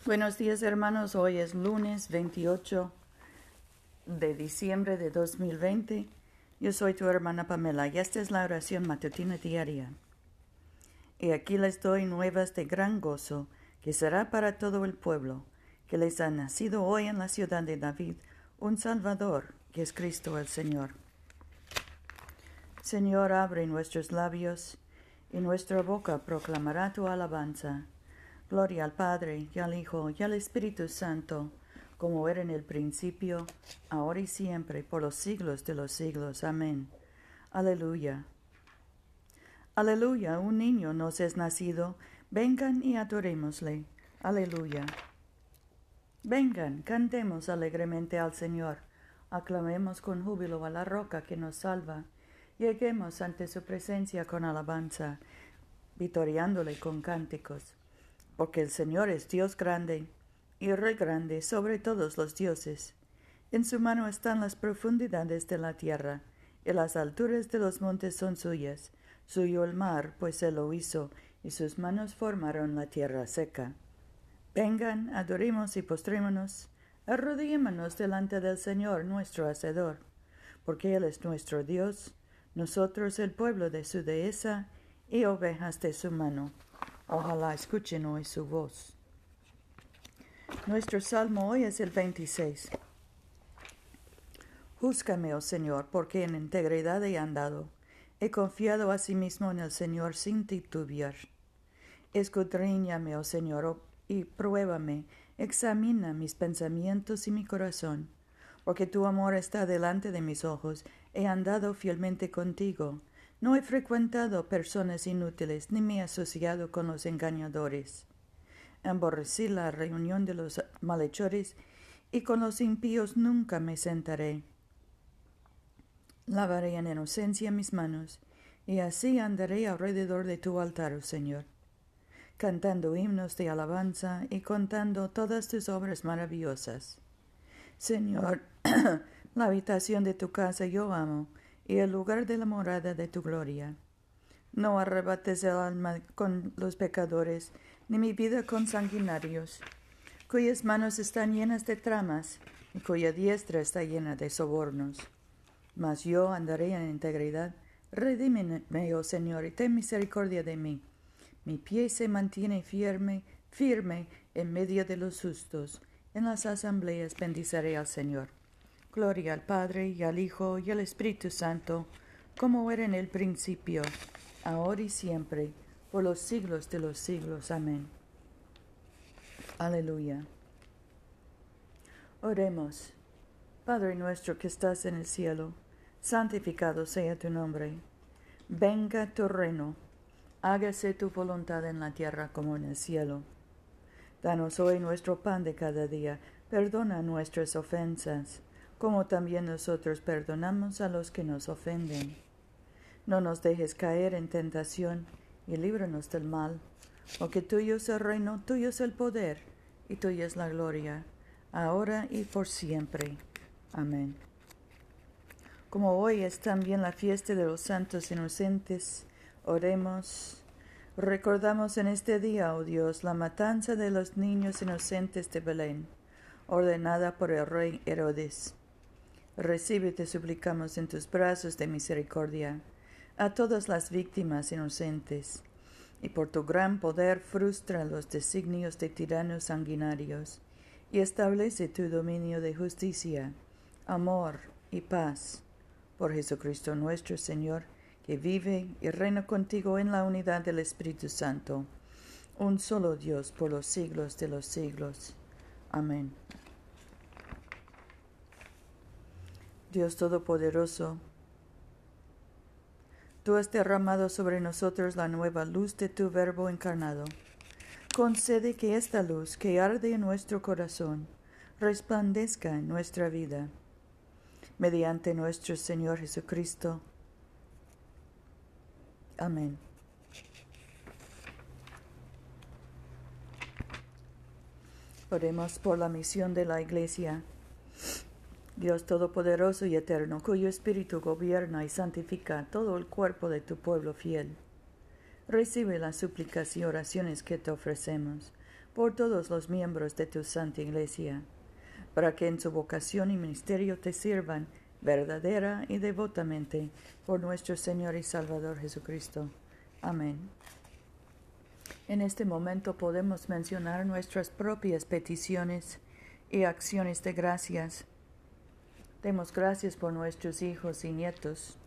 Buenos días, hermanos. Hoy es lunes 28 de diciembre de 2020. Yo soy tu hermana Pamela y esta es la oración matutina diaria. Y aquí les doy nuevas de gran gozo, que será para todo el pueblo, que les ha nacido hoy en la ciudad de David un Salvador, que es Cristo el Señor. Señor, abre nuestros labios, y nuestra boca proclamará tu alabanza. Gloria al Padre, y al Hijo, y al Espíritu Santo, como era en el principio, ahora y siempre, por los siglos de los siglos. Amén. Aleluya. Aleluya, un niño nos es nacido, vengan y adorémosle. Aleluya. Vengan, cantemos alegremente al Señor, aclamemos con júbilo a la roca que nos salva, lleguemos ante su presencia con alabanza, vitoriándole con cánticos. Porque el Señor es Dios grande, y Rey grande sobre todos los dioses. En su mano están las profundidades de la tierra, y las alturas de los montes son suyas. Suyo el mar, pues él lo hizo, y sus manos formaron la tierra seca. Vengan, adoremos y postrémonos, arrodillémonos delante del Señor nuestro Hacedor, porque Él es nuestro Dios, nosotros el pueblo de su dehesa, y ovejas de su mano. Ojalá escuchen hoy su voz. Nuestro salmo hoy es el 26. Júzgame, oh Señor, porque en integridad he andado. He confiado asimismo en el Señor sin titubear. Escudriñame, oh Señor, y pruébame, examina mis pensamientos y mi corazón, porque tu amor está delante de mis ojos. He andado fielmente contigo. No he frecuentado personas inútiles, ni me he asociado con los engañadores. Aborrecí la reunión de los malhechores, y con los impíos nunca me sentaré. Lavaré en inocencia mis manos, y así andaré alrededor de tu altar, oh Señor, cantando himnos de alabanza y contando todas tus obras maravillosas. Señor, la habitación de tu casa yo amo, y el lugar de la morada de tu gloria. No arrebates el alma con los pecadores, ni mi vida con sanguinarios, cuyas manos están llenas de tramas, y cuya diestra está llena de sobornos. Mas yo andaré en integridad. Redímeme, oh Señor, y ten misericordia de mí. Mi pie se mantiene firme en medio de los justos. En las asambleas bendiceré al Señor. Gloria al Padre, y al Hijo, y al Espíritu Santo, como era en el principio, ahora y siempre, por los siglos de los siglos. Amén. Aleluya. Oremos. Padre nuestro que estás en el cielo, santificado sea tu nombre. Venga tu reino. Hágase tu voluntad en la tierra como en el cielo. Danos hoy nuestro pan de cada día. Perdona nuestras ofensas, como también nosotros perdonamos a los que nos ofenden. No nos dejes caer en tentación, y líbranos del mal, porque tuyo es el reino, tuyo es el poder, y tuya es la gloria, ahora y por siempre. Amén. Como hoy es también la fiesta de los santos inocentes, oremos. Recordamos en este día, oh Dios, la matanza de los niños inocentes de Belén, ordenada por el rey Herodes. Recibe, te suplicamos, en tus brazos de misericordia a todas las víctimas inocentes, y por tu gran poder frustra los designios de tiranos sanguinarios, y establece tu dominio de justicia, amor y paz. Por Jesucristo nuestro Señor, que vive y reina contigo en la unidad del Espíritu Santo, un solo Dios por los siglos de los siglos. Amén. Dios Todopoderoso, tú has derramado sobre nosotros la nueva luz de tu Verbo encarnado. Concede que esta luz que arde en nuestro corazón resplandezca en nuestra vida. Mediante nuestro Señor Jesucristo. Amén. Oremos por la misión de la Iglesia. Dios Todopoderoso y Eterno, cuyo Espíritu gobierna y santifica todo el cuerpo de tu pueblo fiel, recibe las súplicas y oraciones que te ofrecemos por todos los miembros de tu Santa Iglesia, para que en su vocación y ministerio te sirvan verdadera y devotamente por nuestro Señor y Salvador Jesucristo. Amén. En este momento podemos mencionar nuestras propias peticiones y acciones de gracias. Demos gracias por nuestros hijos y nietos,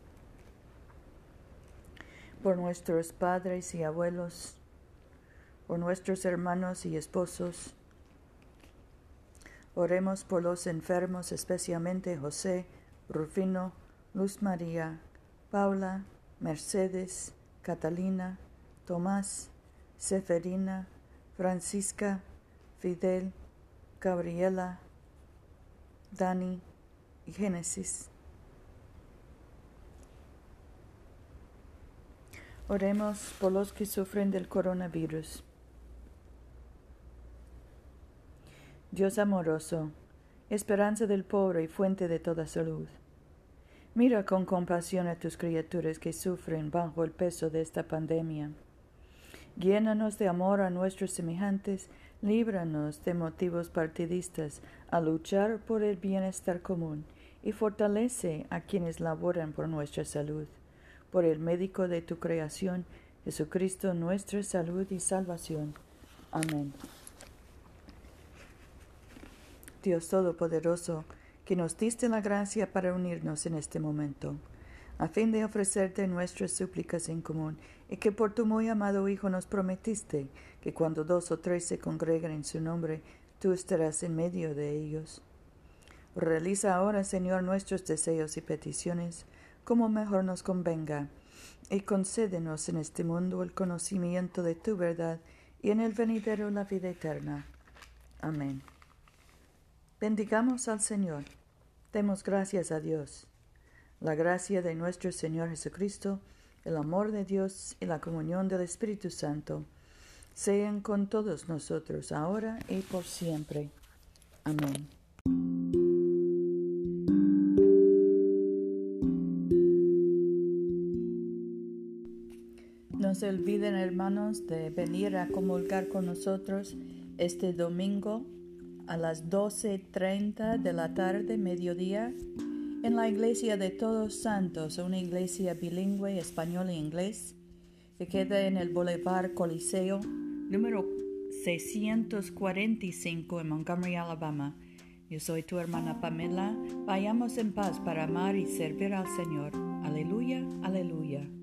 por nuestros padres y abuelos, por nuestros hermanos y esposos. Oremos por los enfermos, especialmente José, Rufino, Luz María, Paula, Mercedes, Catalina, Tomás, Seferina, Francisca, Fidel, Gabriela, Dani y Génesis. Oremos por los que sufren del coronavirus. Dios amoroso, esperanza del pobre y fuente de toda salud, mira con compasión a tus criaturas que sufren bajo el peso de esta pandemia. Llénanos de amor a nuestros semejantes, líbranos de motivos partidistas a luchar por el bienestar común y fortalece a quienes laboran por nuestra salud. Por el médico de tu creación, Jesucristo, nuestra salud y salvación. Amén. Dios Todopoderoso, que nos diste la gracia para unirnos en este momento, a fin de ofrecerte nuestras súplicas en común, y que por tu muy amado Hijo nos prometiste que cuando 2 o 3 se congregan en su nombre, tú estarás en medio de ellos. Realiza ahora, Señor, nuestros deseos y peticiones, como mejor nos convenga, y concédenos en este mundo el conocimiento de tu verdad, y en el venidero la vida eterna. Amén. Bendigamos al Señor. Demos gracias a Dios. La gracia de nuestro Señor Jesucristo, el amor de Dios y la comunión del Espíritu Santo sean con todos nosotros, ahora y por siempre. Amén. No se olviden, hermanos, de venir a comulgar con nosotros este domingo a las 12:30 de la tarde, mediodía, en la Iglesia de Todos Santos, una iglesia bilingüe, español e inglés, que queda en el Boulevard Coliseo, número 645 en Montgomery, Alabama. Yo soy tu hermana Pamela. Vayamos en paz para amar y servir al Señor. Aleluya, aleluya.